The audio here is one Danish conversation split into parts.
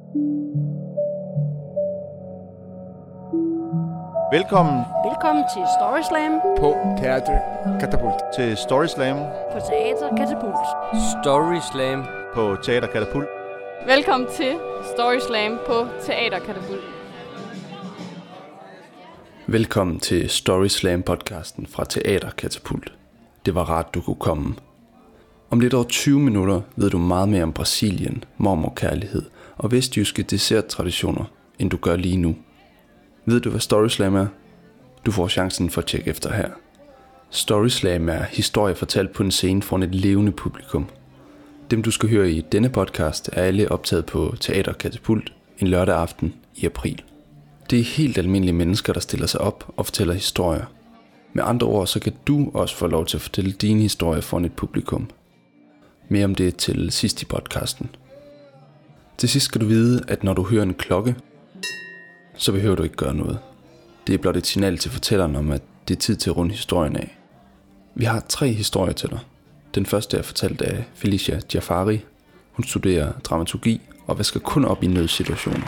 Velkommen til Storyslam på Teater Katapult. Til Storyslam på Teater Katapult. Storyslam på Teater Katapult. Velkommen til Storyslam på Teater Katapult. Velkommen til Storyslam-podcasten fra Teater Katapult. Det var rart, du kunne komme. Om lidt over 20 minutter ved du meget mere om Brasilien, mormorkærlighed og vestjyske desserttraditioner, end du gør lige nu. Ved du, hvad Storyslam er? Du får chancen for at tjekke efter her. Storyslam er historie fortalt på en scene foran et levende publikum. Dem du skal høre i denne podcast er alle optaget på Teater Katapult en lørdag aften i april. Det er helt almindelige mennesker, der stiller sig op og fortæller historier. Med andre ord, så kan du også få lov til at fortælle dine historier foran et publikum. Mere om det til sidst i podcasten. Til sidst skal du vide, at når du hører en klokke, så behøver du ikke gøre noget. Det er blot et signal til fortælleren om, at det er tid til at runde historien af. Vi har 3 historier til dig. Den første er fortalt af Felicia Jafari. Hun studerer dramaturgi og vasker kun op i nødsituationer.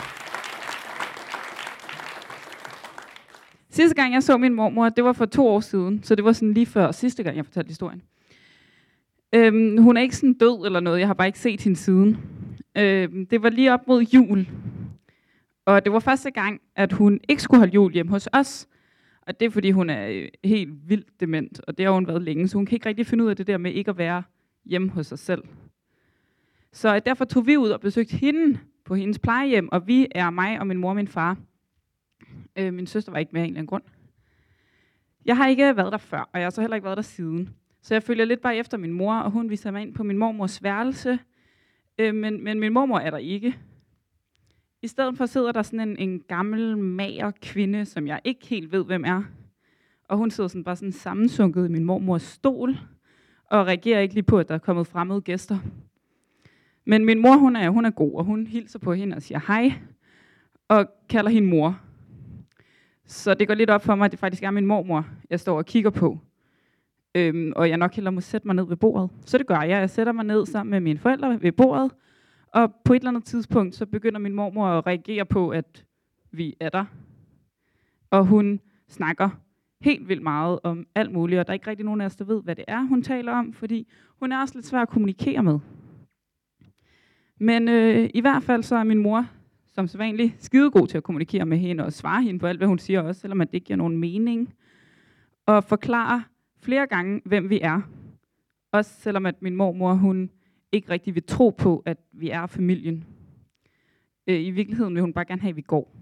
Sidste gang jeg så min mormor, det var for 2 år siden, så det var sådan lige før sidste gang jeg fortalte historien. Hun er ikke sådan død eller noget, jeg har bare ikke set hende siden. Det var lige op mod jul. Og det var første gang, at hun ikke skulle holde jul hjemme hos os. Og det er, fordi hun er helt vildt dement, og det har hun været længe, så hun kan ikke rigtig finde ud af det der med ikke at være hjemme hos sig selv. Så derfor tog vi ud og besøgte hende på hendes plejehjem, og vi er mig og min mor og min far. Min søster var ikke med af en eller anden grund. Jeg har ikke været der før, og jeg har så heller ikke været der siden. Så jeg følger lidt bare efter min mor, og hun viser mig ind på min mormors værelse. Men min mormor er der ikke. I stedet for sidder der sådan en gammel, mager kvinde, som jeg ikke helt ved, hvem er. Og hun sidder sådan bare sådan sammensunket i min mormors stol, og reagerer ikke lige på, at der er kommet fremmede gæster. Men min mor, hun er god, og hun hilser på hende og siger hej, og kalder hende mor. Så det går lidt op for mig, at det faktisk er min mormor, jeg står og kigger på. Og jeg nok hellere må sætte mig ned ved bordet. Så det gør jeg. Jeg sætter mig ned sammen med mine forældre ved bordet, og på et eller andet tidspunkt, så begynder min mormor at reagere på, at vi er der. Og hun snakker helt vildt meget om alt muligt, og der er ikke rigtig nogen af os, der ved, hvad det er, hun taler om, fordi hun er også lidt svær at kommunikere med. Men i hvert fald så er min mor, som sædvanlig, skidegod til at kommunikere med hende og svare hende på alt, hvad hun siger også, selvom det ikke giver nogen mening. Og forklare flere gange, hvem vi er. Også selvom at min mormor, hun ikke rigtig vil tro på, at vi er familien. I virkeligheden vil hun bare gerne have, at vi går.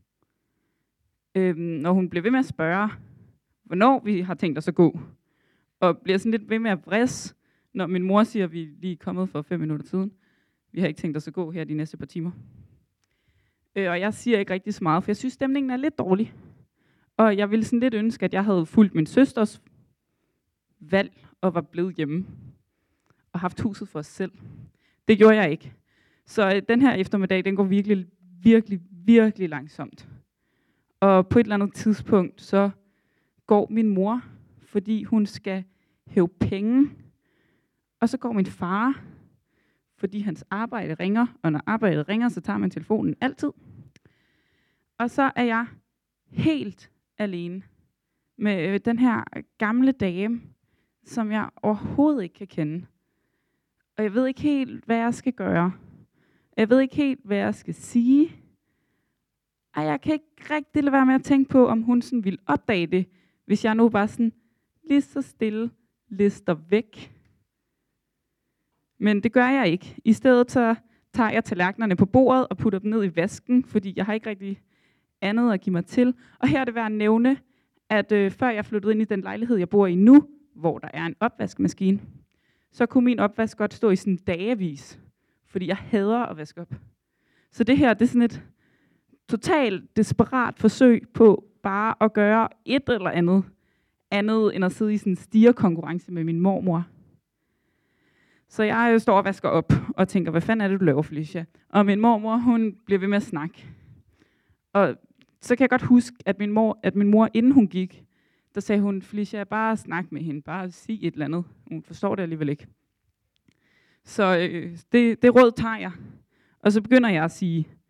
Og hun bliver ved med at spørge, hvornår vi har tænkt os at gå. Og bliver sådan lidt ved med at vrisse, når min mor siger, at vi lige er kommet for 5 minutter siden. Vi har ikke tænkt os at gå her de næste par timer. Og jeg siger ikke rigtig så meget, for jeg synes, stemningen er lidt dårlig. Og jeg ville sådan lidt ønske, at jeg havde fulgt min søsters valg og var blevet hjemme. Og haft huset for os selv. Det gjorde jeg ikke. Så den her eftermiddag, den går virkelig, virkelig, virkelig langsomt. Og på et eller andet tidspunkt, så går min mor, fordi hun skal hæve penge. Og så går min far, fordi hans arbejde ringer. Og når arbejdet ringer, så tager man telefonen altid. Og så er jeg helt alene med den her gamle dame, som jeg overhovedet ikke kan kende. Og jeg ved ikke helt, hvad jeg skal gøre. Jeg ved ikke helt, hvad jeg skal sige. Og jeg kan ikke rigtig lade være med at tænke på, om hun sådan ville opdage det, hvis jeg nu bare sådan lige så stille lister væk. Men det gør jeg ikke. I stedet så tager jeg tallerkenerne på bordet og putter dem ned i vasken, fordi jeg har ikke rigtig andet at give mig til. Og her er det værd at nævne, at før jeg flyttede ind i den lejlighed, jeg bor i nu, hvor der er en opvaskemaskine, så kunne min opvask godt stå i sådan dagevis, fordi jeg hader at vaske op. Så det her, det er sådan et totalt desperat forsøg på bare at gøre et eller andet end at sidde i sådan en stigerkonkurrence med min mormor. Så jeg står og vasker op og tænker, hvad fanden er det, du laver, Felicia? Og min mormor, hun bliver ved med at snakke. Og så kan jeg godt huske, at min mor, inden hun gik, der sagde hun, Felicia, bare snak med hende, bare sig et eller andet. Hun forstår det alligevel ikke. Så det råd tager jeg. Og så begynder jeg at sige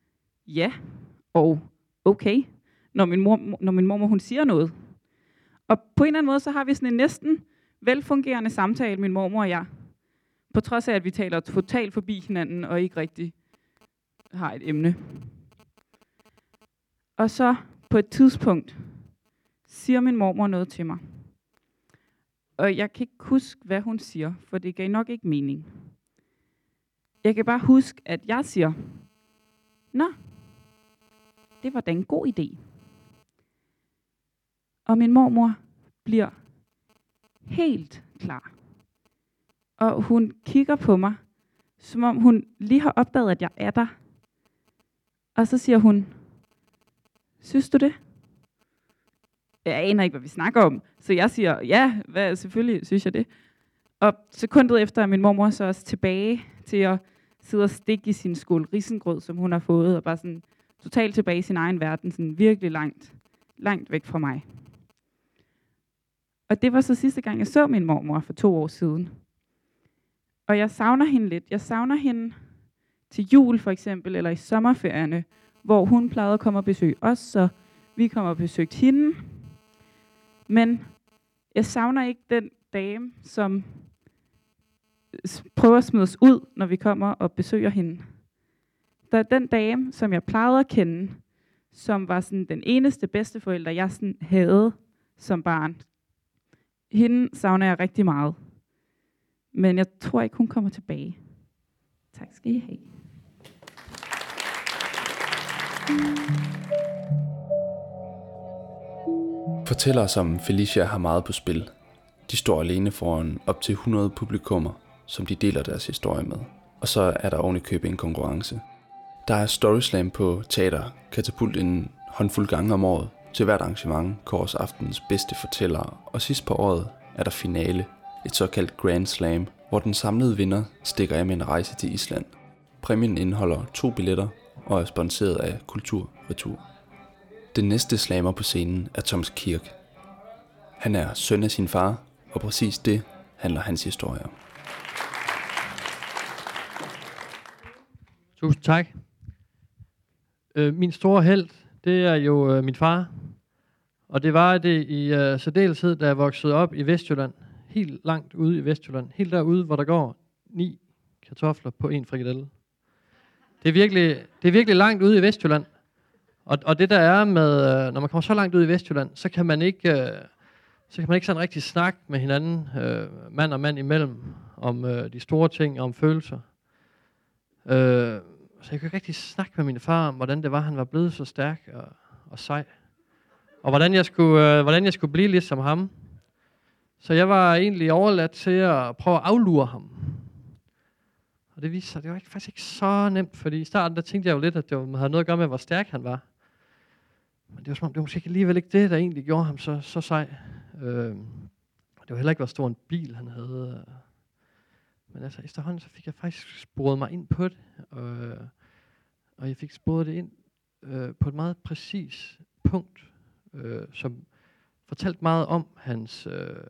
ja og okay, når min mormor hun siger noget. Og på en eller anden måde, så har vi sådan en næsten velfungerende samtale, min mormor og jeg. På trods af, at vi taler totalt forbi hinanden og ikke rigtig har et emne. Og så på et tidspunkt siger min mormor noget til mig. Og jeg kan ikke huske, hvad hun siger, for det gav nok ikke mening. Jeg kan bare huske, at jeg siger, nå, det var da en god idé. Og min mormor bliver helt klar. Og hun kigger på mig, som om hun lige har opdaget, at jeg er der. Og så siger hun, synes du det? Jeg aner ikke, hvad vi snakker om. Så jeg siger, ja, selvfølgelig synes jeg det. Og sekundet efter er min mormor så også tilbage til at sidde og stikke i sin skål risengrød, som hun har fået, og bare sådan totalt tilbage i sin egen verden, sådan virkelig langt væk fra mig. Og det var så sidste gang, jeg så min mormor for 2 år siden. Og jeg savner hende lidt. Jeg savner hende til jul for eksempel, eller i sommerferierne, hvor hun plejede at komme og besøge os, så vi kommer og besøgte hende. Men jeg savner ikke den dame, som prøver at smide os ud, når vi kommer og besøger hende. Der er den dame, som jeg plejede at kende, som var sådan den eneste bedsteforælder, jeg sådan havde som barn. Hende savner jeg rigtig meget. Men jeg tror ikke, hun kommer tilbage. Tak skal I have. Fortællere som Felicia har meget på spil. De står alene foran op til 100 publikummer, som de deler deres historie med. Og så er der oven i købet en konkurrence. Der er Storyslam på Teater Katapult en håndfuld gange om året. Til hvert arrangement kåres aftenens bedste fortællere, og sidst på året er der finale, et såkaldt Grand Slam, hvor den samlede vinder stikker af med en rejse til Island. Præmien indeholder 2 billetter og er sponsoreret af Kultur Retur. Den næste slammer på scenen er Thomas Kirk. Han er søn af sin far, og præcis det handler hans historie om. Tusind tak. Min store helt, det er jo min far. Og det var det i særdeleshed, da jeg voksede op i Vestjylland. Helt langt ude i Vestjylland. Helt derude, hvor der går 9 kartofler på 1 frikadelle. Det er virkelig langt ude i Vestjylland. Og det der er med, når man kommer så langt ud i Vestjylland, så kan man ikke sådan rigtig snakke med hinanden, mand og mand imellem, om de store ting, om følelser. Så jeg kunne ikke rigtig snakke med min far om, hvordan det var, han var blevet så stærk og sej. Og hvordan jeg skulle blive lidt som ham. Så jeg var egentlig overladt til at prøve at aflure ham. Og det viste sig, at det var faktisk ikke så nemt, fordi i starten der tænkte jeg jo lidt, at det havde noget at gøre med, hvor stærk han var. Men det var som om, det var måske alligevel ikke det, der egentlig gjorde ham så sej. Det var heller ikke, hvor stor en bil han havde. Men altså efterhånden, så fik jeg faktisk sporet mig ind på det. Og jeg fik sporet det ind på et meget præcis punkt, som fortalte meget om hans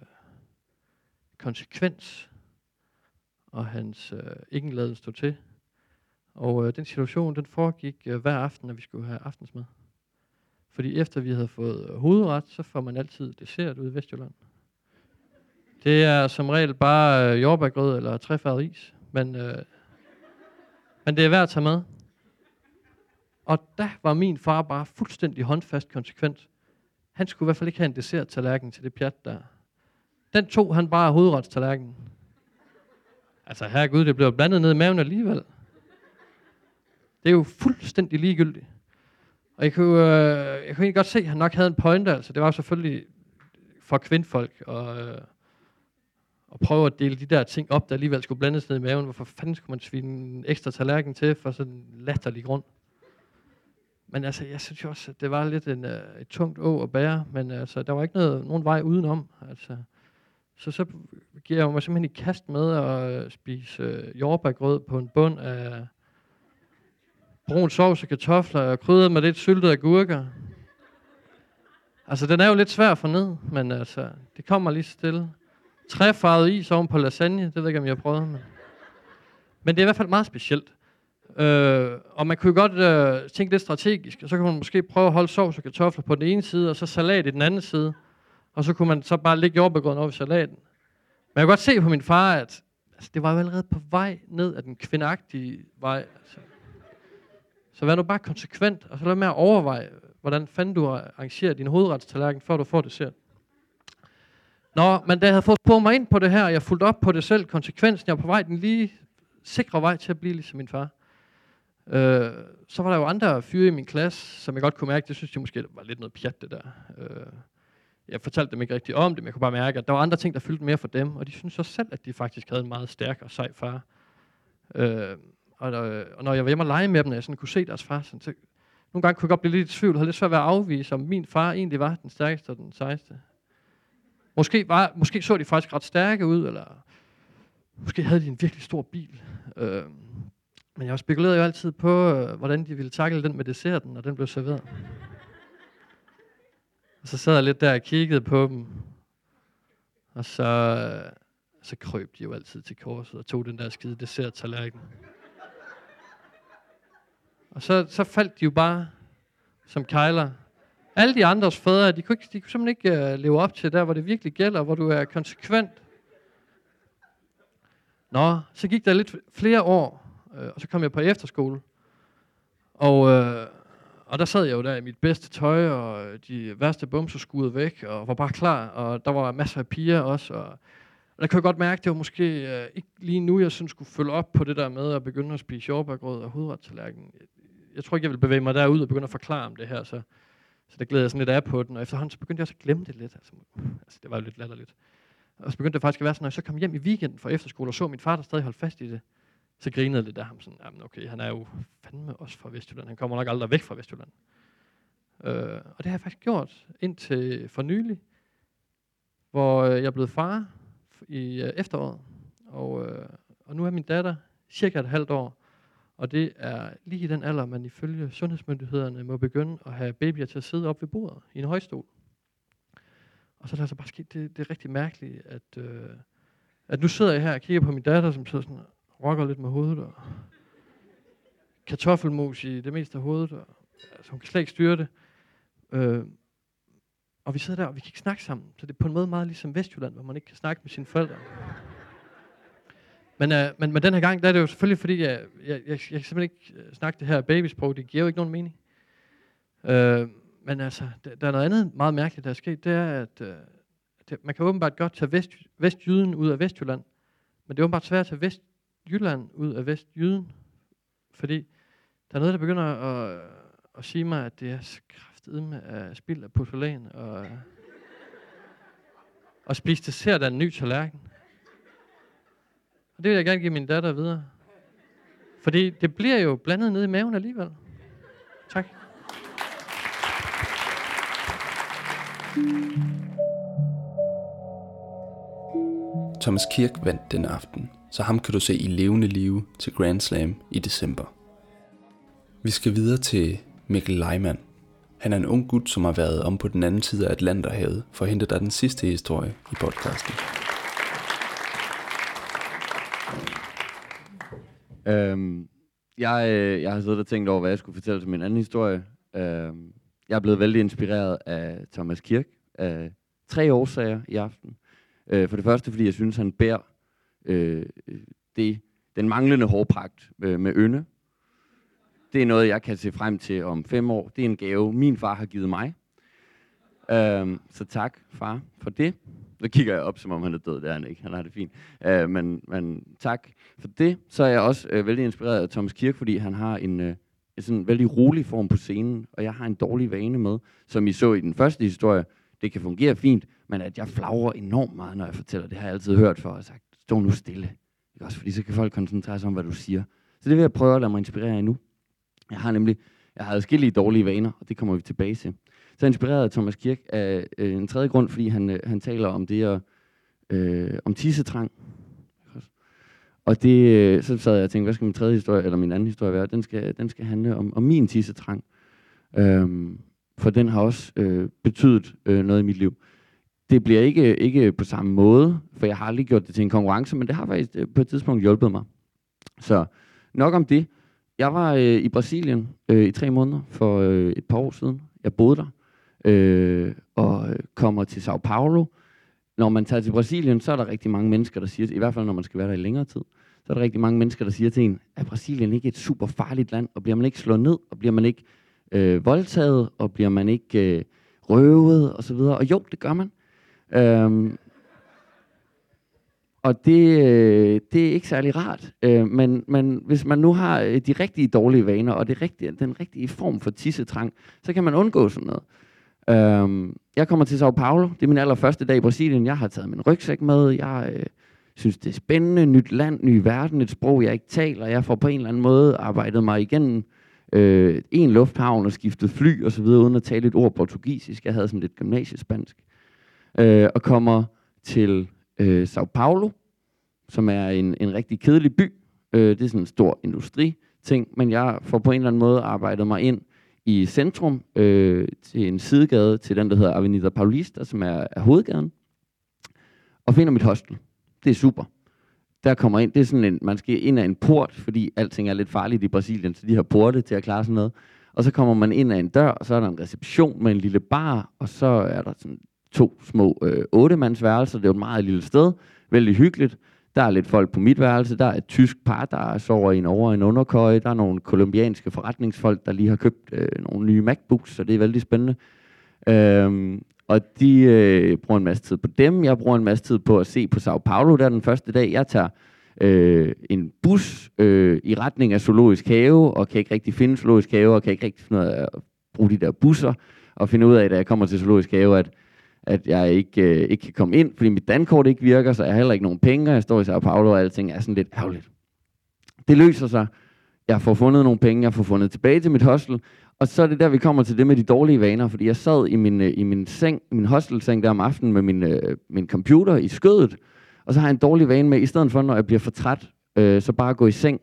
konsekvens og hans ikke lade stå til. Og den situation, den foregik hver aften, når vi skulle have aftensmad. Fordi efter vi havde fået hovedret, så får man altid dessert ude i Vestjylland. Det er som regel bare jordbærgrød eller træfarvet is, men det er værd at tage med. Og der var min far bare fuldstændig håndfast konsekvent. Han skulle i hvert fald ikke have en dessert-tallerken til det pjat der. Den tog han bare hovedretstallerkenen. Altså herregud, det blev blandet ned i maven alligevel. Det er jo fuldstændig ligegyldigt. Og jeg kunne egentlig godt se, at han nok havde en pointe. Altså, det var jo selvfølgelig for kvindfolk at prøve at dele de der ting op, der alligevel skulle blandes ned i maven. Hvorfor fanden skulle man svine en ekstra tallerken til for sådan en latterlig grund? Men altså, jeg synes jo også, at det var lidt et tungt å at bære. Men altså, der var ikke nogen vej udenom. Altså, så giver jeg mig simpelthen i kast med at spise jordbærgrød på en bund af brun sovs og kartofler og krydret med lidt syltede agurker. Altså, den er jo lidt svær at få ned, men altså, det kommer lige stille. Træfarvet is oven på lasagne, det ved jeg ikke, om jeg har prøvet. Men det er i hvert fald meget specielt. Og man kunne jo godt tænke lidt strategisk, og så kunne man måske prøve at holde sovs og kartofler på den ene side, og så salat i den anden side. Og så kunne man så bare lægge jordbærgrøden over i salaten. Men jeg kunne godt se på min far, at det var jo allerede på vej ned ad den kvindeagtige vej. Altså. Så vær nu bare konsekvent, og så lad med at overveje, hvordan fanden du arrangerer din hovedretstallerken, før du får dessert. Nå, men da jeg havde fået på mig ind på det her, og jeg fulgte op på det selv, konsekvensen, jeg var på vej den lige sikre vej til at blive ligesom min far. Så var der jo andre fyre i min klasse, som jeg godt kunne mærke, det synes jeg måske var lidt noget pjat det der. Jeg fortalte dem ikke rigtig om det, men jeg kunne bare mærke, at der var andre ting, der fyldte mere for dem, og de synes også selv, at de faktisk havde en meget stærk og sej far. Og når jeg var hjemme og lege med dem, og jeg sådan kunne se deres far, så nogle gange kunne jeg godt blive lidt i tvivl, og havde lidt svært ved at afvise, om min far egentlig var den stærkeste og den sejeste. Måske så de faktisk ret stærke ud, eller måske havde de en virkelig stor bil. Men jeg spekulerede jo altid på, hvordan de ville tackle den med desserten, når den blev serveret. Og så sad jeg lidt der og kiggede på dem. Og så krøb de jo altid til korset og tog den der skide dessert-tallerken. Og så faldt de jo bare som kejler. Alle de andres fædre, de kunne simpelthen ikke leve op til der, hvor det virkelig gælder, hvor du er konsekvent. Nå, så gik der lidt flere år, og så kom jeg på efterskole. Og der sad jeg jo der i mit bedste tøj, og de værste bumser skudt væk, og var bare klar, og der var masser af piger også. Og der kunne jeg godt mærke, at det var måske ikke lige nu, jeg sådan skulle følge op på det der med at begynde at spise jordbærgrød og hovedrettallerken. Jeg tror ikke, jeg ville bevæge mig derud og begynde at forklare om det her, så der glæder jeg sådan lidt af på den, og efterhånden så begyndte jeg også at glemme det lidt. Altså det var jo lidt latterligt. Og så begyndte det faktisk at være sådan, når jeg så kom hjem i weekenden fra efterskole og så min far, der stadig holdt fast i det, så grinede jeg lidt af ham sådan, jamen okay, han er jo fandme også fra Vestjylland, han kommer nok aldrig væk fra Vestjylland. Og det har jeg faktisk gjort indtil for nylig, hvor jeg er blevet far i efteråret, og nu er min datter cirka et halvt år, og det er lige i den alder, man ifølge sundhedsmyndighederne må begynde at have babyer til at sidde op ved bordet i en højstol. Og så er der altså bare sket det er rigtig mærkeligt, at nu sidder jeg her og kigger på min datter, som sidder sådan rokker lidt med hovedet, og kartoffelmos i det meste af hovedet, og altså, hun kan slet ikke styre det. Og vi sidder der, og vi kan ikke snakke sammen, så det er på en måde meget ligesom Vestjylland, hvor man ikke kan snakke med sine forældre. Men den her gang, der er det jo selvfølgelig, fordi jeg kan simpelthen ikke snakke det her babysprog, det giver jo ikke nogen mening. Men altså, der er noget andet meget mærkeligt, der er sket, det er, at man kan åbenbart godt tage Vestjyden ud af Vestjylland, men det er åbenbart svært at tage Vestjylland ud af Vestjyden, fordi der er noget, der begynder at sige mig, at det er kraftedme af spild af porcelæn og spise dessert af en ny tallerken. Og det vil jeg gerne give min datter videre. Fordi det bliver jo blandet ned i maven alligevel. Tak. Thomas Kirk vandt den aften, så ham kan du se i levende live til Grand Slam i december. Vi skal videre til Mikkel Leimann. Han er en ung gut, som har været om på den anden side af Atlanterhavet for at hente dig den sidste historie i podcasten. Jeg har siddet og tænkt over, hvad jeg skulle fortælle til min anden historie. Jeg er blevet vældig inspireret af Thomas Kirk af 3 årsager i aften. For det første, fordi jeg synes, han bærer den manglende hårpragt med ynde. Det er noget, jeg kan se frem til om 5 år. Det er en gave, min far har givet mig. Så tak, far, for det. Så kigger jeg op, som om han er død. Det er han ikke. Han har det fint. Men tak for det. Så er jeg også vældig inspireret af Thomas Kirk, fordi han har en sådan vældig rolig form på scenen. Og jeg har en dårlig vane med, som I så i den første historie. Det kan fungere fint, men at jeg flagrer enormt meget, når jeg fortæller. Det har jeg altid hørt for, og sagt, stå nu stille. Ikke også, fordi så kan folk koncentrere sig om, hvad du siger. Så det vil jeg prøve at lade mig inspirere af nu. Jeg har adskillige dårlige vaner, og det kommer vi tilbage til. Så inspireret af Thomas Kirk af en tredje grund, fordi han taler om det om tissetrang. Og det, så sad jeg og tænkte, hvad skal min tredje historie, eller min anden historie være? Den skal handle om min tissetrang. For den har også betydet noget i mit liv. Det bliver ikke på samme måde, for jeg har aldrig gjort det til en konkurrence, men det har faktisk på et tidspunkt hjulpet mig. Så nok om det. Jeg var i Brasilien i 3 måneder for et par år siden. Jeg boede der og kommer til São Paulo. Når man tager til Brasilien, så er der rigtig mange mennesker, der siger, i hvert fald når man skal være der i længere tid, så er der rigtig mange mennesker, der siger til en, at Brasilien ikke er et super farligt land, og bliver man ikke slået ned, og bliver man ikke voldtaget, og bliver man ikke røvet, og så videre. Og jo, det gør man. Og det er ikke særlig rart. Men hvis man nu har de rigtige dårlige vaner, og den rigtige form for tissetrang, så kan man undgå sådan noget. Jeg kommer til São Paulo. Det er min allerførste dag i Brasilien. Jeg har taget min rygsæk med. Jeg synes, det er spændende. Nyt land, ny verden. Et sprog, jeg ikke taler. Jeg får på en eller anden måde arbejdet mig igennem en lufthavn og skiftet fly og så videre, uden at tale et ord portugisisk. Jeg havde sådan lidt gymnasiespansk. Og kommer til São Paulo, som er en rigtig kedelig by. Det er sådan en stor industriting, men jeg får på en eller anden måde arbejdet mig ind i centrum til en sidegade til den, der hedder Avenida Paulista, som er hovedgaden, og finder mit hostel. Det er super. Der kommer ind, det er sådan man skal ind af en port, fordi alting er lidt farligt i Brasilien, så de har porte til at klare sådan noget. Og så kommer man ind af en dør, og så er der en reception med en lille bar, og så er der sådan 2 små 8-mandsværelser. Det er jo et meget lille sted, vældig hyggeligt. Der er lidt folk på mit værelse, der er et tysk par, der sover i en underkøje, der er nogle kolumbianske forretningsfolk, der lige har købt nogle nye MacBooks, så det er vældig spændende. Og de bruger en masse tid på dem. Jeg bruger en masse tid på at se på São Paulo. Der er den første dag, jeg tager en bus i retning af Zoologisk Have, og kan ikke rigtig finde Zoologisk Have, og kan ikke rigtig finde ud af at bruge de der busser, og finde ud af, da jeg kommer til Zoologisk Have, at jeg ikke kan komme ind, fordi mit dankort ikke virker, så jeg har heller ikke nogen penge, og jeg står i São Paulo, og alting er sådan lidt ærgerligt. Det løser sig. Jeg får fundet nogle penge, jeg får fundet tilbage til mit hostel, og så er det der, vi kommer til det med de dårlige vaner, fordi jeg sad i min hostelseng der om aftenen med min computer i skødet, og så har jeg en dårlig vane med, i stedet for, når jeg bliver for træt, så bare gå i seng,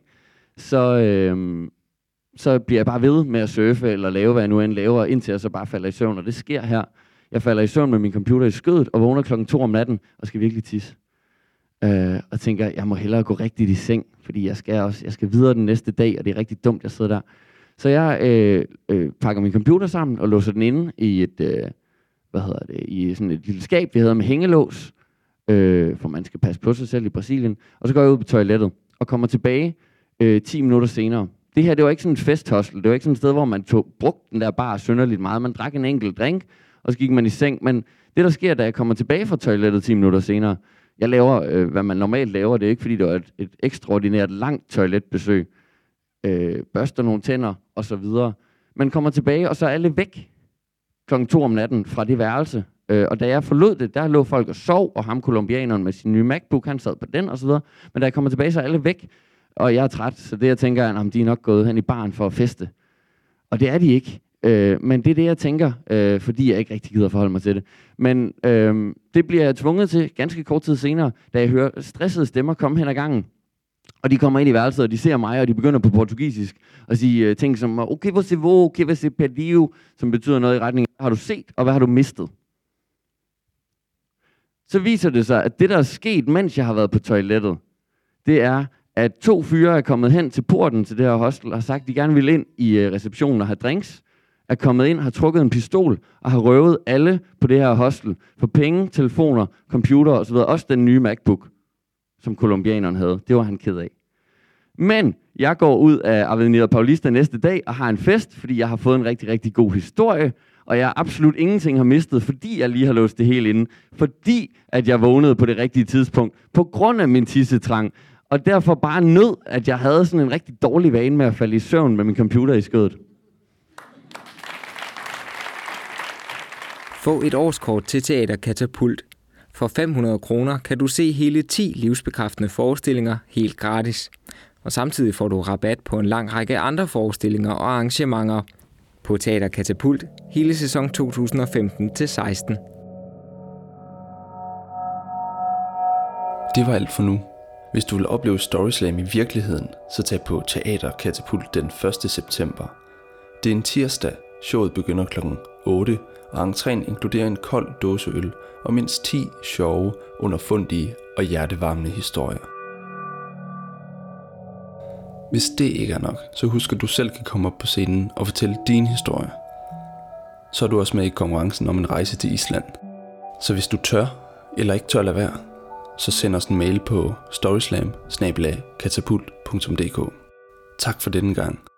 så bliver jeg bare ved med at surfe, eller lave, hvad jeg nu end laver, indtil jeg så bare falder i søvn, og det sker her. Jeg falder i søvn med min computer i skødet, og vågner 2:00 om natten, og skal virkelig tisse. Og tænker, jeg må hellere gå rigtigt i seng, fordi jeg skal videre den næste dag, og det er rigtig dumt, jeg sidder der. Så jeg pakker min computer sammen, og låser den inde i i sådan et lille skab, vi hedder med hængelås, for man skal passe på sig selv i Brasilien. Og så går jeg ud på toilettet, og kommer tilbage 10 minutter senere. Det her, det var ikke sådan et festhostel, det var ikke sådan et sted, hvor man brugte den der bar synderligt meget. Man drak en enkelt drink, og så gik man i seng. Men det, der sker, da jeg kommer tilbage fra toilettet 10 minutter senere, jeg laver, hvad man normalt laver, det er ikke, fordi det var et ekstraordinært langt toiletbesøg. Børster nogle tænder, og så videre. Man kommer tilbage, og så er alle væk 2:00 om natten fra det værelse. Og da jeg forlod det, der lå folk og sov, og ham kolumbianeren med sin nye MacBook, han sad på den, og så videre. Men da jeg kommer tilbage, så er alle væk, og jeg er træt. Så det, jeg tænker, er, at de er nok gået hen i baren for at feste. Og det er de ikke. Men det er det, jeg tænker, fordi jeg ikke rigtig gider forholde mig til det. Men det bliver jeg tvunget til ganske kort tid senere, da jeg hører stressede stemmer komme hen ad gangen. Og de kommer ind i værelset, og de ser mig, og de begynder på portugisisk at sige ting som, okay, você vou, okay, você perdeu, som betyder noget i retning, hvad har du set, og hvad har du mistet? Så viser det sig, at det, der er sket, mens jeg har været på toilettet, det er, at 2 fyre er kommet hen til porten til det her hostel, og har sagt, at de gerne vil ind i receptionen og have drinks, er kommet ind, har trukket en pistol, og har røvet alle på det her hostel for penge, telefoner, computer osv., også den nye MacBook, som kolumbianeren havde. Det var han ked af. Men jeg går ud af Avenida Paulista næste dag og har en fest, fordi jeg har fået en rigtig, rigtig god historie, og jeg absolut ingenting har mistet, fordi jeg lige har låst det hele inde, fordi at jeg vågnede på det rigtige tidspunkt, på grund af min tissetrang, og derfor bare nød, at jeg havde sådan en rigtig dårlig vane med at falde i søvn med min computer i skødet. Få et årskort til Teater Katapult. For 500 kroner kan du se hele 10 livsbekræftende forestillinger helt gratis. Og samtidig får du rabat på en lang række andre forestillinger og arrangementer på Teater Katapult hele sæson 2015-16. Det var alt for nu. Hvis du vil opleve Storyslam i virkeligheden, så tag på Teater Katapult den 1. september. Det er en tirsdag. Showet begynder kl. 8, og entréen inkluderer en kold dåse øl og mindst 10 sjove, underfundige og hjertevarmende historier. Hvis det ikke er nok, så husk at du selv kan komme op på scenen og fortælle din historie. Så er du også med i konkurrencen om en rejse til Island. Så hvis du tør eller ikke tør lade være, så send os en mail på storyslam@katapult.dk. Tak for denne gang.